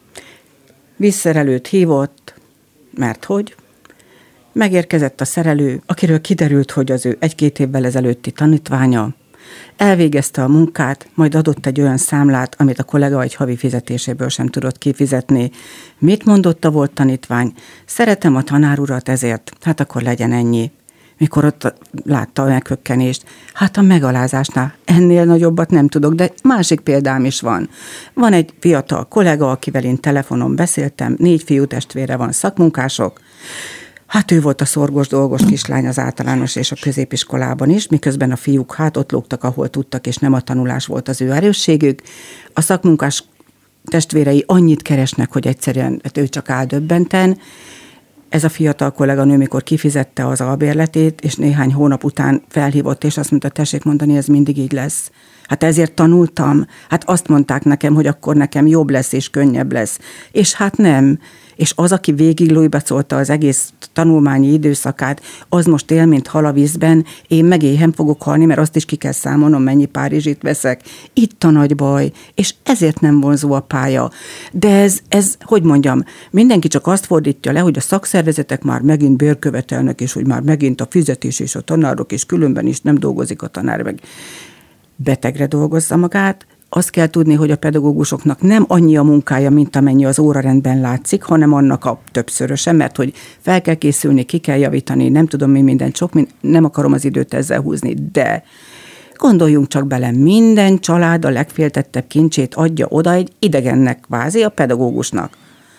vízszerelőt hívott, mert hogy? Megérkezett a szerelő, akiről kiderült, hogy az ő egy-két évvel ezelőtti tanítványa, elvégezte a munkát, majd adott egy olyan számlát, amit a kollega egy havi fizetéséből sem tudott kifizetni. Mit mondott a volt tanítvány? Szeretem a tanárurat ezért, hát akkor legyen ennyi. Mikor ott látta a meghökkenést, hát a megalázásnál ennél nagyobbat nem tudok, de másik példám is van. Van egy fiatal kollega, akivel én telefonon beszéltem, négy fiú testvére van, szakmunkások. Hát ő volt a szorgos dolgos kislány az általános és a középiskolában is, miközben a fiúk hát ott lógtak, ahol tudtak, és nem a tanulás volt az ő erősségük. A szakmunkás testvérei annyit keresnek, hogy egyszerűen hát ő csak áll döbbenten. Ez a fiatal kolléganő, mikor kifizette az albérletét, és néhány hónap után felhívott, és azt mondta, tessék mondani, ez mindig így lesz. Hát ezért tanultam. Hát azt mondták nekem, hogy akkor nekem jobb lesz és könnyebb lesz. És hát nem. És az, aki végig lújbacolta az egész tanulmányi időszakát, az most él, mint hal a vízben, én meg éhen fogok halni, mert azt is ki kell számolnom, mennyi Párizsit veszek. Itt a nagy baj, és ezért nem vonzó a pálya. De ez, ez, hogy mondjam, mindenki csak azt fordítja le, hogy a szakszervezetek már megint bérkövetelnek, és hogy már megint a fizetés és a tanárok, és különben is nem dolgozik a tanár, meg betegre dolgozza magát. Azt kell tudni, hogy a pedagógusoknak nem annyi a munkája, mint amennyi az órarendben látszik, hanem annak a többszöröse, mert hogy fel kell készülni, ki kell javítani, nem tudom mi minden, sok, nem akarom az időt ezzel húzni, de gondoljunk csak bele, minden család a legféltettebb kincsét adja oda egy idegennek, kvázi a pedagógusnak.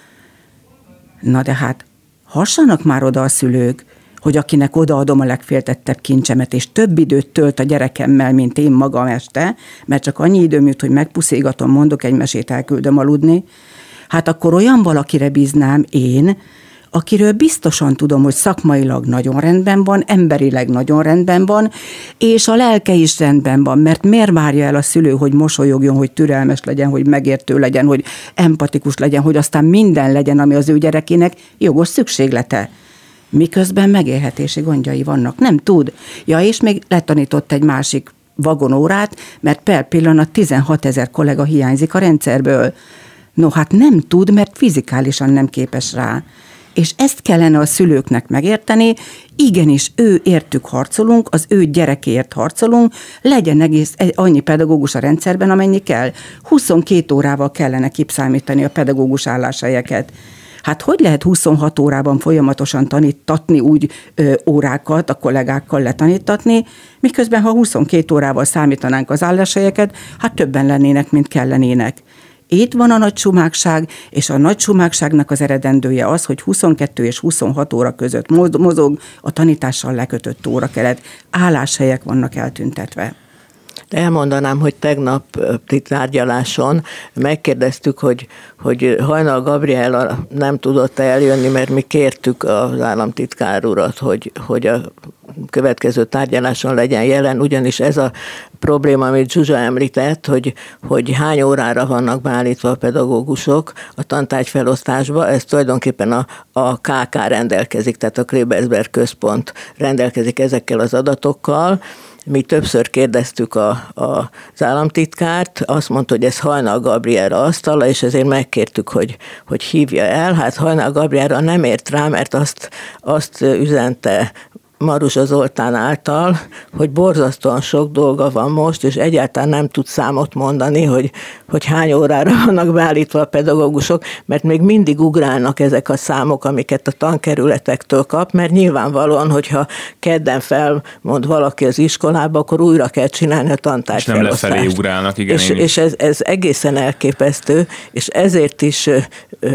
Na de hát, hassanak már oda a szülők, hogy akinek odaadom a legféltettebb kincsemet, és több időt tölt a gyerekemmel, mint én magam este, mert csak annyi időm jut, hogy megpuszígatom, mondok egy mesét, elküldöm aludni, hát akkor olyan valakire bíznám én, akiről biztosan tudom, hogy szakmailag nagyon rendben van, emberileg nagyon rendben van, és a lelke is rendben van, mert miért várja el a szülő, hogy mosolyogjon, hogy türelmes legyen, hogy megértő legyen, hogy empatikus legyen, hogy aztán minden legyen, ami az ő gyerekének jogos szükséglete. Miközben megélhetési gondjai vannak, nem tud. Ja, és még letanított egy másik vagonórát, mert per pillanat tizenhat ezer kollega hiányzik a rendszerből. No, hát nem tud, mert fizikálisan nem képes rá. És ezt kellene a szülőknek megérteni, igenis, ő értük harcolunk, az ő gyerekéért harcolunk, legyen egész annyi pedagógus a rendszerben, amennyi kell. huszonkét órával kellene kipszámítani a pedagógus álláshelyeket. Hát hogy lehet huszonhat órában folyamatosan tanítatni úgy ö, órákat, a kollégákkal letanítatni, miközben ha huszonkét órával számítanánk az álláshelyeket, hát többen lennének, mint kellenének. Itt van a nagy sumákság, és a nagy sumákságnak az eredendője az, hogy huszonkettő és huszonhat óra között mozog a tanítással lekötött órakeret. Álláshelyek vannak eltüntetve. Elmondanám, hogy tegnapi tárgyaláson megkérdeztük, hogy, hogy Hajnal Gabriella nem tudott eljönni, mert mi kértük az államtitkár urat, hogy, hogy a következő tárgyaláson legyen jelen, ugyanis ez a probléma, amit Zsuzsa említett, hogy, hogy hány órára vannak beállítva a pedagógusok a tantárgyfelosztásba, ez tulajdonképpen a, a ká ká rendelkezik, tehát a Klebersberg Központ rendelkezik ezekkel az adatokkal. Mi többször kérdeztük a, a, az államtitkárt, azt mondta, hogy ez Hajnal Gabriella asztala, és ezért megkértük, hogy, hogy hívja el. Hát Hajnal Gabriella nem ért rá, mert azt, azt üzente Maruzsa Zoltán által, hogy borzasztóan sok dolga van most, és egyáltalán nem tud számot mondani, hogy, hogy hány órára vannak beállítva a pedagógusok, mert még mindig ugrálnak ezek a számok, amiket a tankerületektől kap, mert nyilvánvalóan, hogyha kedden felmond valaki az iskolába, akkor újra kell csinálni a tantárgyfelosztást. És nem lefelé ugrálnak, igen. És, és ez, ez egészen elképesztő, és ezért is ö, ö,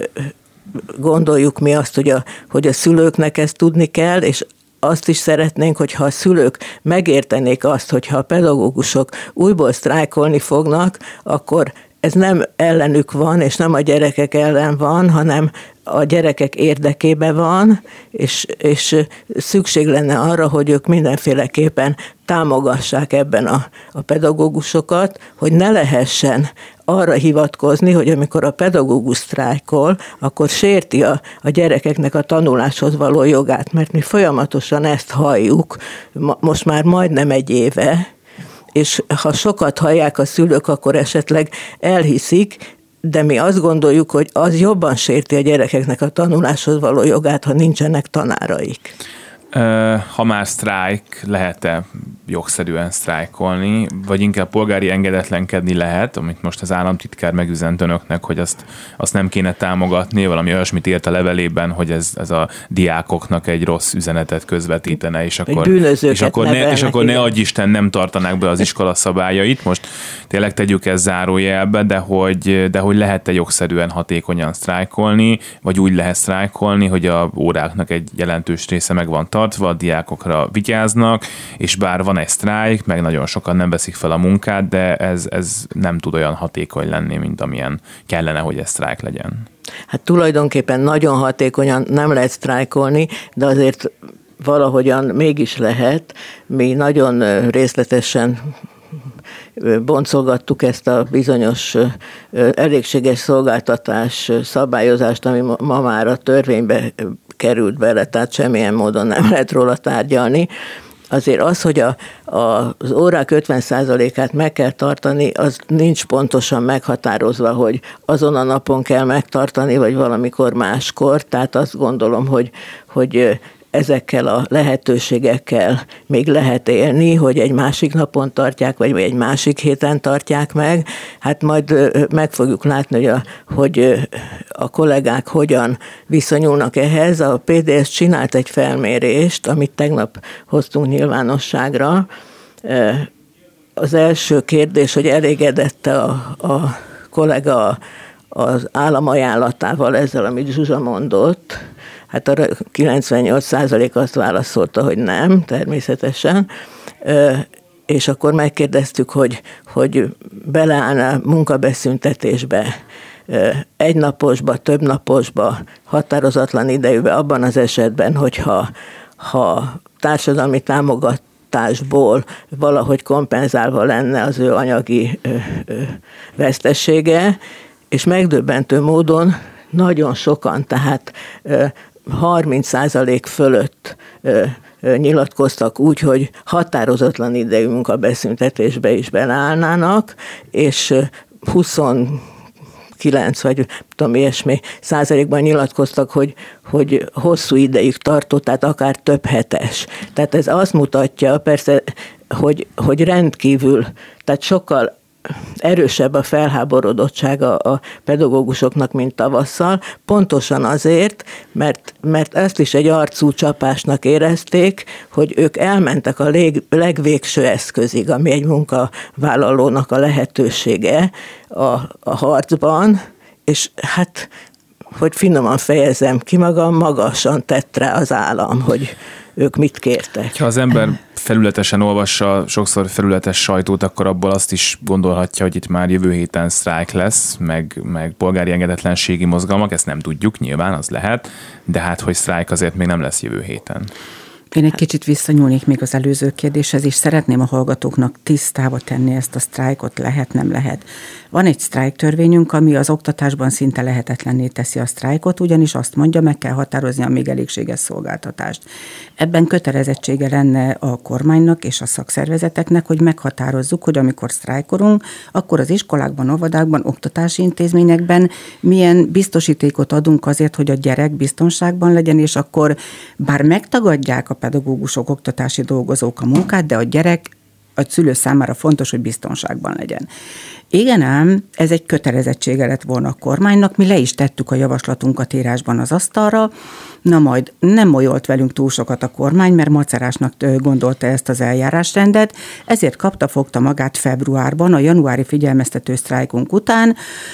gondoljuk mi azt, hogy a, hogy a szülőknek ezt tudni kell, és azt is szeretnénk, hogyha a szülők megértenék azt, hogyha a pedagógusok újból sztrájkolni fognak, akkor ez nem ellenük van, és nem a gyerekek ellen van, hanem a gyerekek érdekében van, és, és szükség lenne arra, hogy ők mindenféleképpen támogassák ebben a, a pedagógusokat, hogy ne lehessen arra hivatkozni, hogy amikor a pedagógus sztrájkol, akkor sérti a, a gyerekeknek a tanuláshoz való jogát, mert mi folyamatosan ezt halljuk, ma, most már majdnem egy éve, és ha sokat hallják a szülők, akkor esetleg elhiszik, de mi azt gondoljuk, hogy az jobban sérti a gyerekeknek a tanuláshoz való jogát, ha nincsenek tanáraik. Ha már sztrájk, lehet-e jogszerűen sztrájkolni, vagy inkább polgári engedetlenkedni lehet, amit most az államtitkár megüzent önöknek, hogy azt, azt nem kéne támogatni, valami olyasmit írt a levelében, hogy ez, ez a diákoknak egy rossz üzenetet közvetítene, és akkor, és akkor, ne, és akkor ne adj Isten, nem tartanák be az iskola szabályait. Most tényleg tegyük ezt zárójelbe, de hogy, de hogy lehet-e jogszerűen hatékonyan sztrájkolni, vagy úgy lehet sztrájkolni, hogy a óráknak egy jelentős része meg van tartva, a diákokra vigyáznak, és bár van egy sztrájk, meg nagyon sokan nem veszik fel a munkát, de ez, ez nem tud olyan hatékony lenni, mint amilyen kellene, hogy ez sztrájk legyen. Hát tulajdonképpen nagyon hatékonyan nem lehet sztrájkolni, de azért valahogyan mégis lehet. Mi nagyon részletesen boncolgattuk ezt a bizonyos elégséges szolgáltatás szabályozást, ami ma már a törvénybe került bele, tehát semmilyen módon nem lehet róla tárgyalni. Azért az, hogy a, a, az órák ötven százalékát meg kell tartani, az nincs pontosan meghatározva, hogy azon a napon kell megtartani, vagy valamikor máskor. Tehát azt gondolom, hogy, hogy ezekkel a lehetőségekkel még lehet élni, hogy egy másik napon tartják, vagy egy másik héten tartják meg. Hát majd meg fogjuk látni, hogy a, hogy a kollégák hogyan viszonyulnak ehhez. A pé dé es csinált egy felmérést, amit tegnap hoztunk nyilvánosságra. az első kérdés, hogy elégedette a, a kollega az államajánlatával, ezzel, amit Zsuzsa mondott. Hát arra kilencvennyolc százalék azt válaszolta, hogy nem, természetesen. És akkor megkérdeztük, hogy, hogy beleállna munkabeszüntetésbe, egynaposba, többnaposba, határozatlan idejűbe, abban az esetben, hogyha ha társadalmi támogatásból valahogy kompenzálva lenne az ő anyagi ö, ö, vesztessége, és megdöbbentő módon nagyon sokan, tehát ö, harminc százalék fölött ö, ö, nyilatkoztak úgy, hogy határozatlan idejű munkabeszüntetésbe is beleállnának, és huszonkilenc vagy tudom, ilyesmi százalékban nyilatkoztak, hogy, hogy hosszú ideig tartó, tehát akár több hetes. Tehát ez azt mutatja persze, hogy, hogy rendkívül, tehát sokkal erősebb a felháborodottsága a pedagógusoknak, mint tavasszal, pontosan azért, mert, mert ezt is egy arcú csapásnak érezték, hogy ők elmentek a lég, legvégső eszközig, ami egy munkavállalónak a lehetősége a, a harcban, és hát, hogy finoman fejezem ki magam, magasan tett rá az állam, hogy ők mit kértek. Ha az ember felületesen olvassa sokszor felületes sajtót, akkor abból azt is gondolhatja, hogy itt már jövő héten sztrájk lesz, meg, meg polgári engedetlenségi mozgalmak, ezt nem tudjuk, nyilván az lehet, de hát, hogy sztrájk azért még nem lesz jövő héten. Én egy kicsit visszanyúlnék még az előző kérdéshez, és szeretném a hallgatóknak tisztába tenni ezt a sztrájkot, lehet, nem lehet. Van egy sztrájktörvényünk, ami az oktatásban szinte lehetetlenné teszi a sztrájkot, ugyanis azt mondja, meg kell határozni a még elégséges szolgáltatást. Ebben kötelezettsége lenne a kormánynak és a szakszervezeteknek, hogy meghatározzuk, hogy amikor sztrájkolunk, akkor az iskolákban, óvodákban, oktatási intézményekben milyen biztosítékot adunk azért, hogy a gyerek biztonságban legyen, és akkor bár megtagadják a pedagógusok, oktatási dolgozók a munkát, de a gyerek, a szülő számára fontos, hogy biztonságban legyen. Igen ám, ez egy kötelezettsége lett volna a kormánynak, mi le is tettük a javaslatunkat írásban az asztalra, na majd nem molyolt velünk túl sokat a kormány, mert macerásnak gondolta ezt az eljárásrendet, ezért kapta, fogta magát februárban, a januári figyelmeztető sztrájkunk után,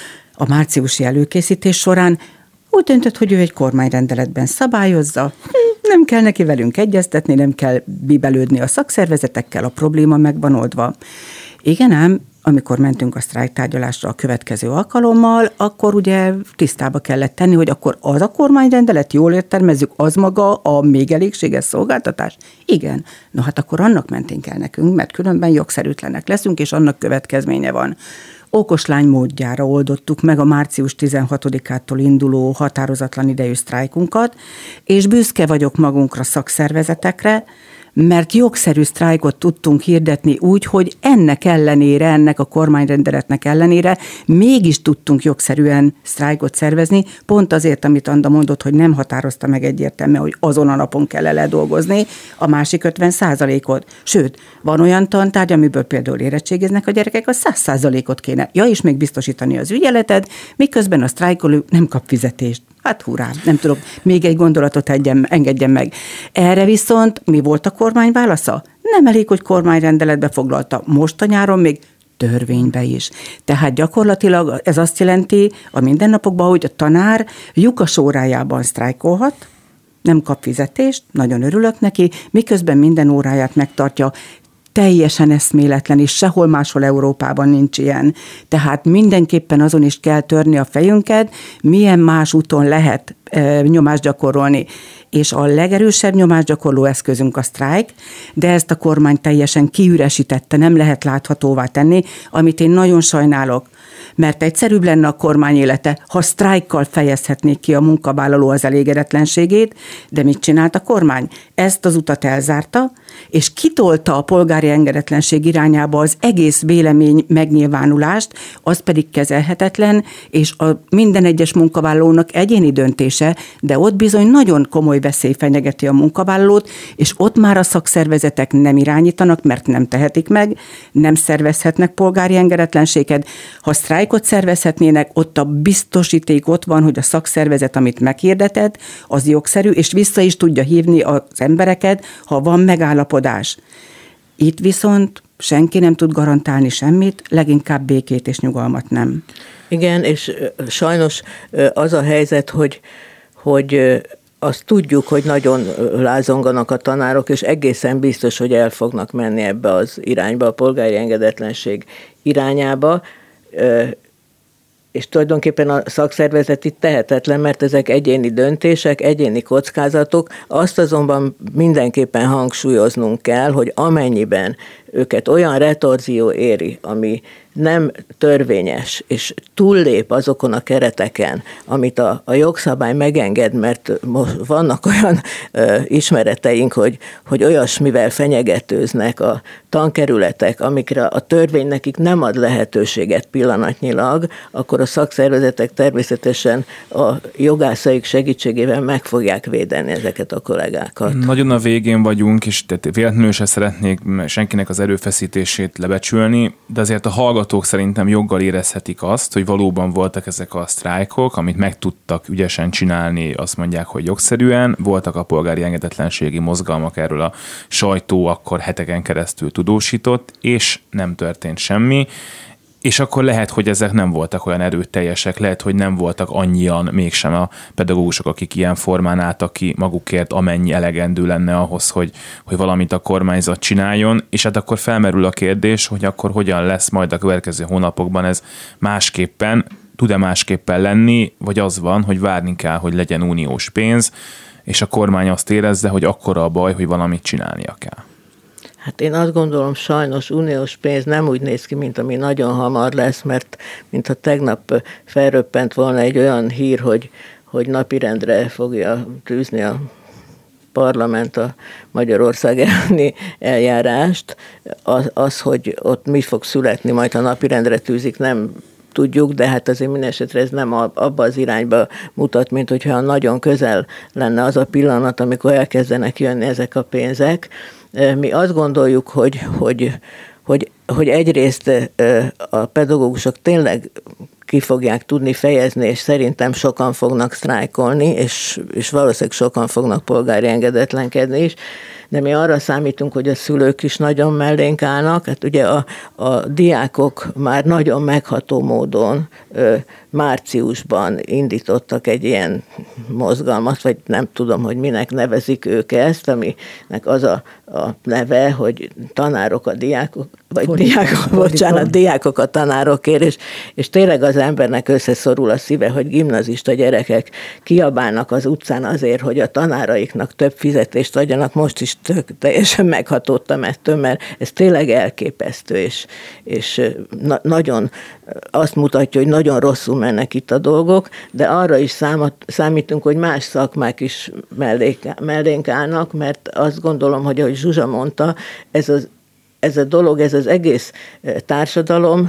a márciusi előkészítés során úgy döntött, hogy ő egy kormányrendeletben szabályozza, nem kell neki velünk egyeztetni, nem kell bibelődni a szakszervezetekkel, a probléma meg van oldva. Igen ám, amikor mentünk a sztrájktárgyalásra a következő alkalommal, akkor ugye tisztába kellett tenni, hogy akkor az a kormányrendelet, jól értelmezzük, az maga a még elégséges szolgáltatás? Igen. No hát akkor annak mentén kell nekünk, mert különben jogszerűtlenek leszünk, és annak következménye van. Okoslány módjára oldottuk meg a március tizenhatodikától induló határozatlan idejű sztrájkunkat, és büszke vagyok magunkra, szakszervezetekre, mert jogszerű sztrájkot tudtunk hirdetni úgy, hogy ennek ellenére, ennek a kormányrendeletnek ellenére mégis tudtunk jogszerűen sztrájkot szervezni, pont azért, amit Anda mondott, hogy nem határozta meg egyértelműen, hogy azon a napon kell eledolgozni a másik ötven százalékot. Sőt, van olyan tantárgy, amiből például érettségiznek a gyerekek, a száz százalékot kéne. Ja, és még biztosítani az ügyeleted, miközben a sztrájkoló nem kap fizetést. Hát hurrá, nem tudok, még egy gondolatot egyem, engedjem meg. Erre viszont mi volt a kormány válasza? Nem elég, hogy kormányrendeletbe foglalta. Most a nyáron még törvénybe is. Tehát gyakorlatilag ez azt jelenti a mindennapokban, hogy a tanár lyukas órájában sztrájkolhat, nem kap fizetést, nagyon örülök neki, miközben minden óráját megtartja. Teljesen eszméletlen, és sehol máshol Európában nincs ilyen. Tehát mindenképpen azon is kell törni a fejünket, milyen más úton lehet e, nyomást gyakorolni. És a legerősebb nyomásgyakorló eszközünk a sztrájk, de ezt a kormány teljesen kiüresítette, nem lehet láthatóvá tenni, amit én nagyon sajnálok, mert egyszerűbb lenne a kormány élete, ha sztrájkkal fejezhetnék ki a munkavállaló az elégedetlenségét, de mit csinált a kormány? Ezt az utat elzárta, és kitolta a polgári engedetlenség irányába az egész vélemény megnyilvánulást, az pedig kezelhetetlen, és a minden egyes munkavállalónak egyéni döntése, de ott bizony nagyon komoly veszély fenyegeti a munkavállalót, és ott már a szakszervezetek nem irányítanak, mert nem tehetik meg, nem szervezhetnek polgári engedetlenséget. Ha sztrájkot szervezhetnének, ott a biztosíték ott van, hogy a szakszervezet, amit meghirdetett, az jogszerű, és vissza is tudja hívni az embereket, ha van megállapodás. Itt viszont senki nem tud garantálni semmit, leginkább békét és nyugalmat nem. Igen, és sajnos az a helyzet, hogy, hogy azt tudjuk, hogy nagyon lázonganak a tanárok, és egészen biztos, hogy el fognak menni ebbe az irányba, a polgári engedetlenség irányába, és tulajdonképpen a szakszervezet itt tehetetlen, mert ezek egyéni döntések, egyéni kockázatok. Azt azonban mindenképpen hangsúlyoznunk kell, hogy amennyiben őket olyan retorzió éri, ami nem törvényes, és túllép azokon a kereteken, amit a, a jogszabály megenged, mert most vannak olyan ö, ismereteink, hogy, hogy olyasmivel fenyegetőznek a tankerületek, amikre a törvény nekik nem ad lehetőséget pillanatnyilag, akkor a szakszervezetek természetesen a jogászaik segítségével meg fogják védeni ezeket a kollégákat. Nagyon a végén vagyunk, és véletlenül se szeretnék senkinek az erőfeszítését lebecsülni, de azért a hallgatók szerintem joggal érezhetik azt, hogy valóban voltak ezek a sztrájkok, amit meg tudtak ügyesen csinálni, azt mondják, hogy jogszerűen. Voltak a polgári engedetlenségi mozgalmak, erről a sajtó akkor heteken keresztül tudósított, és nem történt semmi. És akkor lehet, hogy ezek nem voltak olyan erőteljesek, lehet, hogy nem voltak annyian mégsem a pedagógusok, akik ilyen formán álltak ki magukért, amennyi elegendő lenne ahhoz, hogy, hogy valamit a kormányzat csináljon, és hát akkor felmerül a kérdés, hogy akkor hogyan lesz majd a következő hónapokban ez másképpen, tud-e másképpen lenni, vagy az van, hogy várni kell, hogy legyen uniós pénz, és a kormány azt érezze, hogy akkora a baj, hogy valamit csinálnia kell. Hát én azt gondolom, sajnos uniós pénz nem úgy néz ki, mint ami nagyon hamar lesz, mert mintha tegnap felröppent volna egy olyan hír, hogy, hogy napirendre fogja tűzni a parlament a Magyarország elleni eljárást. Az, az, hogy ott mi fog születni, majd ha napirendre tűzik, nem tudjuk, de hát azért minden esetre ez nem abba az irányba mutat, mint hogyha nagyon közel lenne az a pillanat, amikor elkezdenek jönni ezek a pénzek. Mi azt gondoljuk, hogy, hogy, hogy, hogy egyrészt a pedagógusok tényleg ki fogják tudni fejezni, és szerintem sokan fognak sztrájkolni, és, és valószínűleg sokan fognak polgári engedetlenkedni is, de mi arra számítunk, hogy a szülők is nagyon mellénk állnak. Hát ugye a, a diákok már nagyon megható módon ö, márciusban indítottak egy ilyen mozgalmat, vagy nem tudom, hogy minek nevezik ők ezt, aminek az a, a neve, hogy tanárok a diákok, vagy fordítva, diákok, fordítva. bocsánat, diákok a tanárokért, és, és tényleg az embernek összeszorul a szíve, hogy gimnazista gyerekek kiabálnak az utcán azért, hogy a tanáraiknak több fizetést adjanak. Most is tök, teljesen meghatódtam ettől, mert ez tényleg elképesztő, és, és na, nagyon azt mutatja, hogy nagyon rosszul mennek itt a dolgok, de arra is számat, számítunk, hogy más szakmák is mellék, mellénk állnak, mert azt gondolom, hogy ahogy Zsuzsa mondta, ez, az, ez a dolog, ez az egész társadalom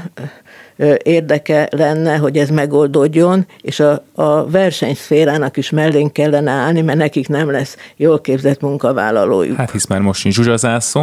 érdeke lenne, hogy ez megoldódjon, és a, a versenyszférának is mellénk kellene állni, mert nekik nem lesz jól képzett munkavállalójuk. Hát hisz már most sincs Zsuzsa zászló.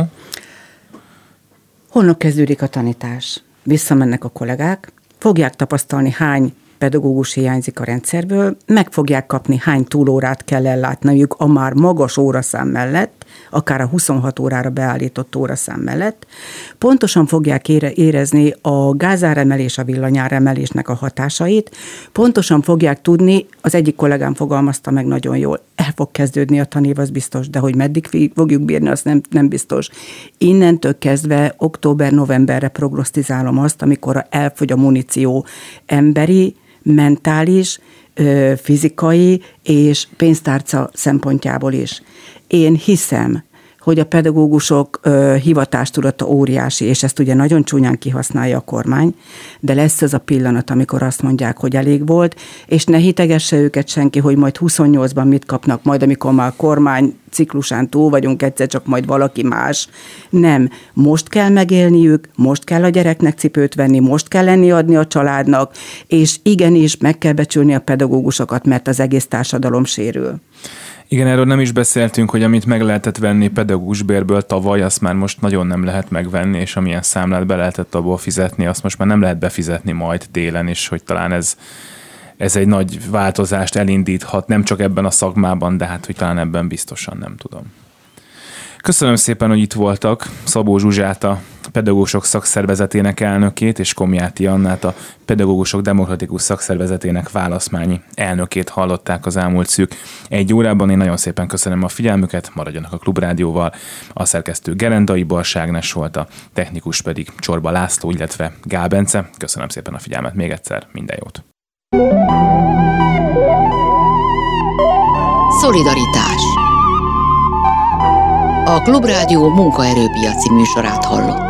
Holnap kezdődik a tanítás. Visszamennek a kollégák, fogják tapasztalni, hány pedagógus hiányzik a rendszerből, meg fogják kapni, hány túlórát kell ellátniuk a már magas óraszám mellett, akár a huszonhat órára beállított óraszám mellett. Pontosan fogják érezni a gázáremelés, a villanyáremelésnek a hatásait, pontosan fogják tudni, az egyik kollégám fogalmazta meg nagyon jól, el fog kezdődni a tanév, az biztos, de hogy meddig fogjuk bírni, az nem, nem biztos. Innentől kezdve október-novemberre prognosztizálom azt, amikor elfogy a muníció emberi, mentális, fizikai és pénztárca szempontjából is. Én hiszem, hogy a pedagógusok ö, hivatástudata óriási, és ezt ugye nagyon csúnyán kihasználja a kormány, de lesz ez a pillanat, amikor azt mondják, hogy elég volt, és ne hitegesse őket senki, hogy majd huszonnyolcban mit kapnak, majd amikor már a kormány ciklusán túl vagyunk, egyszer csak majd valaki más. Nem, most kell megélniük, most kell a gyereknek cipőt venni, most kell lenni adni a családnak, és igenis meg kell becsülni a pedagógusokat, mert az egész társadalom sérül. Igen, erről nem is beszéltünk, hogy amit meg lehetett venni pedagógusbérből tavaly, azt már most nagyon nem lehet megvenni, és amilyen számlát be lehetett abból fizetni, azt most már nem lehet befizetni majd télen, és hogy talán ez, ez egy nagy változást elindíthat, nem csak ebben a szakmában, de hát hogy talán ebben biztosan nem tudom. Köszönöm szépen, hogy itt voltak. Szabó Zsuzsát, a Pedagógusok Szakszervezetének elnökét, és Komjáti Annát, a Pedagógusok Demokratikus Szakszervezetének választmányi elnökét hallották az elmúlt szűk egy órában. Én nagyon szépen köszönöm a figyelmüket, maradjanak a Klubrádióval. A szerkesztő Gerendai Balázs Ágnes volt, a technikus pedig Csorba László, illetve Gál Bence. Köszönöm szépen a figyelmet még egyszer, minden jót! Szolidaritás. A Klubrádió munkaerőpiaci műsorát hallott.